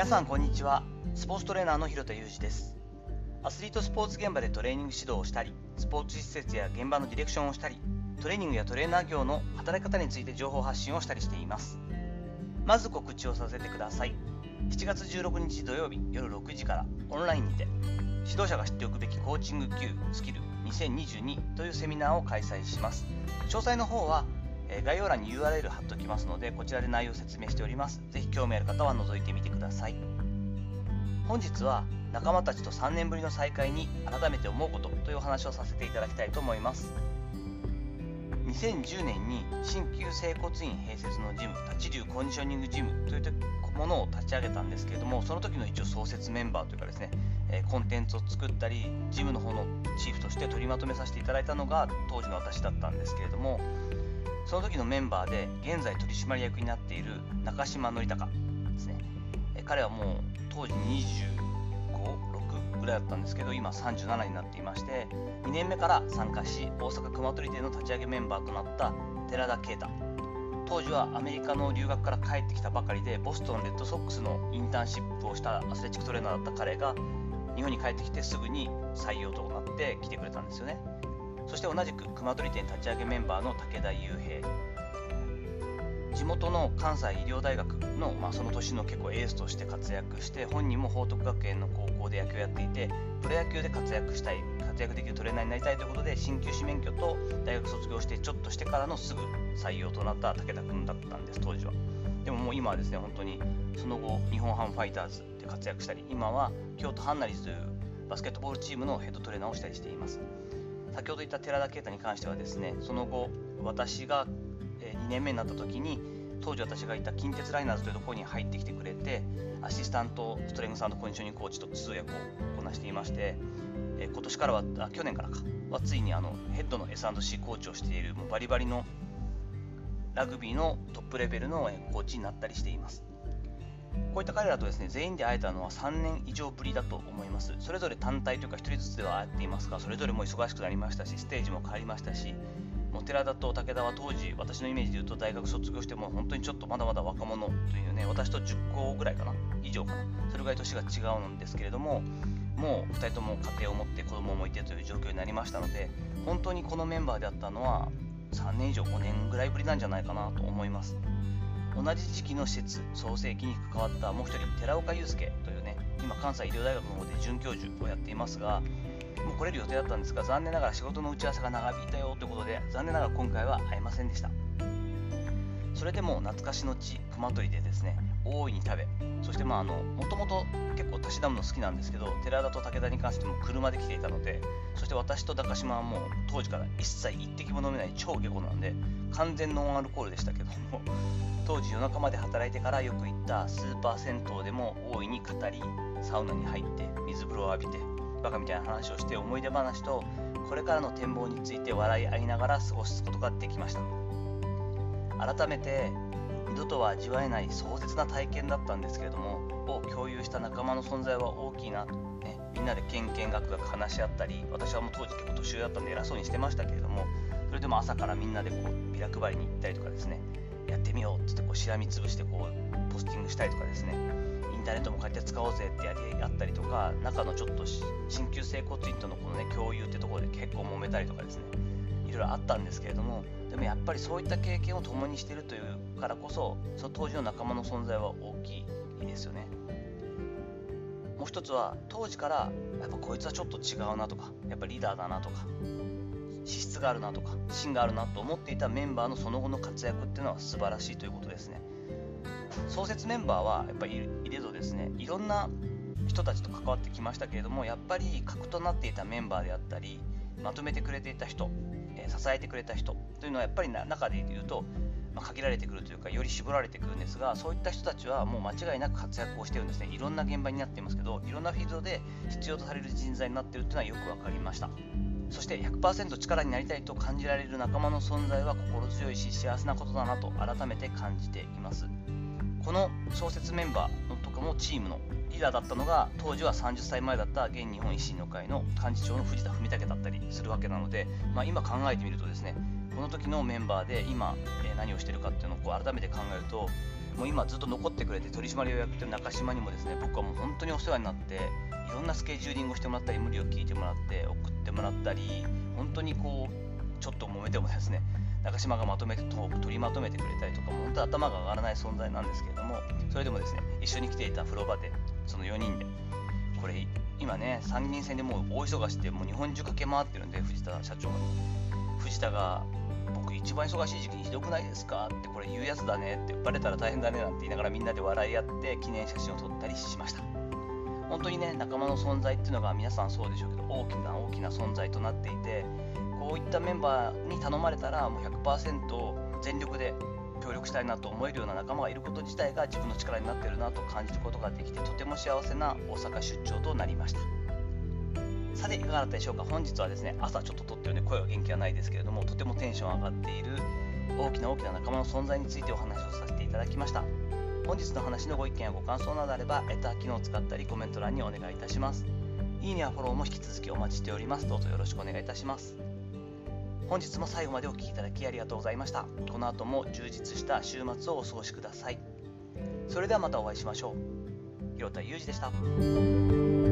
皆さんこんにちは。スポーツトレーナーの広田裕二です。アスリートスポーツ現場でトレーニング指導をしたり、スポーツ施設や現場のディレクションをしたり、トレーニングやトレーナー業の働き方について情報発信をしたりしています。まず告知をさせてください。7月16日土曜日夜6時からオンラインにて、指導者が知っておくべきコーチング Q スキル2022というセミナーを開催します。詳細の方は概要欄に URL 貼っておきますので、こちらで内容を説明しております。ぜひ興味ある方は覗いてみてください。本日は仲間たちと3年ぶりの再会に改めて思うことというお話をさせていただきたいと思います。2010年に鍼灸整骨院併設のジム、立ち流コンディショニングジムというものを立ち上げたんですけれども、その時の一応創設メンバーというかですね、コンテンツを作ったり、ジムの方のチーフとして取りまとめさせていただいたのが当時の私だったんですけれども、その時のメンバーで現在取締役になっている中島則孝ですね。彼はもう当時25、6ぐらいだったんですけど、今37になっていまして、2年目から参加し、大阪熊取での立ち上げメンバーとなった寺田啓太。当時はアメリカの留学から帰ってきたばかりで、ボストンレッドソックスのインターンシップをしたアスレチックトレーナーだった彼が日本に帰ってきてすぐに採用となって来てくれたんですよね。そして同じく熊取店立ち上げメンバーの武田雄平、地元の関西医療大学の、その年の結構エースとして活躍して、本人も報徳学園の高校で野球をやっていて、プロ野球で活躍できるトレーナーになりたいということで鍼灸師免許と大学卒業してちょっとしてからのすぐ採用となった武田君だったんです、当時は。でももう今はですね、本当にその後日本ハムファイターズで活躍したり、今は京都ハンナリーズというバスケットボールチームのヘッドトレーナーをしたりしています。先ほど言った寺田啓太に関してはですね、その後私が2年目になった時に、当時私がいた近鉄ライナーズというところに入ってきてくれて、アシスタントストレングス&コンディショニングコーチと通訳をこなしていまして、去年からはついにヘッドの S&C コーチをしている、もうバリバリのラグビーのトップレベルのコーチになったりしています。こういった彼らとですね、全員で会えたのは3年以上ぶりだと思います。それぞれ単体というか1人ずつでは会っていますが、それぞれも忙しくなりましたし、ステージも変わりましたし、もう寺田と武田は当時、私のイメージで言うと大学卒業しても本当にちょっとまだまだ若者というね、私と10個ぐらいかな、以上かな、それぐらい年が違うんですけれども、もう2人とも家庭を持って子供もいてという状況になりましたので、本当にこのメンバーであったのは3年以上5年ぐらいぶりなんじゃないかなと思います。同じ時期の施設創成期に関わったもう一人、寺岡祐介というね、今関西医療大学の方で准教授をやっていますが、もう来れる予定だったんですが、残念ながら仕事の打ち合わせが長引いたよということで、残念ながら今回は会えませんでした。それでも懐かしの地熊取でですね、大いに食べ、そしてもともと結構たしなむの好きなんですけど、寺田と武田に関しても車で来ていたので、そして私と中島はもう当時から一切一滴も飲めない超下戸なんで、完全ノンアルコールでしたけども、当時夜中まで働いてからよく行ったスーパー銭湯でも大いに語り、サウナに入って水風呂を浴びてバカみたいな話をして、思い出話とこれからの展望について笑い合いながら過ごすことができました。改めて二度とは味わえない壮絶な体験だったんですけれども、を共有した仲間の存在は大きいなと、ね、みんなでケンケンガクガク話し合ったり、私はもう当時結構年上だったんで偉そうにしてましたけれども、それでも朝からみんなでビラ配りに行ったりとかですね、やってみようって言ってしらみつぶしてポスティングしたりとかですね、インターネットもこうやって使おうぜってやったりとか、中のちょっと鍼灸整骨院との共有ってところで結構揉めたりとかですね、いろいろあったんですけれども、でもやっぱりそういった経験を共にしているというからこそ、その当時の仲間の存在は大きいですよね。もう一つは、当時からやっぱこいつはちょっと違うなとか、やっぱリーダーだなとか、資質があるなとか、芯があるなと思っていたメンバーのその後の活躍っていうのは素晴らしいということですね。創設メンバーはやっぱりいれどですね、いろんな人たちと関わってきましたけれども、やっぱり核となっていたメンバーであったり、まとめてくれていた人、支えてくれた人というのはやっぱり中で言うと、限られてくるというか、より絞られてくるんですが、そういった人たちはもう間違いなく活躍をしているんですね。いろんな現場になっていますけど、いろんなフィールドで必要とされる人材になっているというのはよく分かりました。そして 100% 力になりたいと感じられる仲間の存在は心強いし幸せなことだなと改めて感じています。この創設メンバーのとかもチームのリーダーだったのが、当時は30歳前だった現日本維新の会の幹事長の藤田文武だったりするわけなので、今考えてみるとですね、この時のメンバーで今何をしているかっていうのを改めて考えると、 もう今ずっと残ってくれて取締役をやってる中島にもですね、僕はもう本当にお世話になって、いろんなスケジューリングをしてもらったり、無理を聞いてもらって送ってもらったり、本当にこうちょっと揉めてもですね、中島が取りまとめてくれたりとか、もう本当頭が上がらない存在なんですけれども、それでもですね、一緒に来ていた風呂場でその4人で、これ今ね、参議院選でもう大忙しで、もう日本中駆け回ってるんで、藤田社長に、藤田が僕一番忙しい時期にひどくないですかって、これ言うやつだねって、バレたら大変だねなんて言いながらみんなで笑い合って記念写真を撮ったりしました。本当にね、仲間の存在っていうのが皆さんそうでしょうけど、大きな存在となっていて、こういったメンバーに頼まれたらもう 100% 全力で協力したいなと思えるような仲間がいること自体が自分の力になっているなと感じることができて、とても幸せな大阪出張となりました。さていかがだったでしょうか。本日はですね、朝ちょっと撮ってるんで声は元気はないですけれども、とてもテンション上がっている大きな仲間の存在についてお話をさせていただきました。本日の話のご意見やご感想などあればレター機能を使ったりコメント欄にお願いいたします。いいねやフォローも引き続きお待ちしております。どうぞよろしくお願いいたします。本日も最後までお聞きいただきありがとうございました。この後も充実した週末をお過ごしください。それではまたお会いしましょう。広田裕二でした。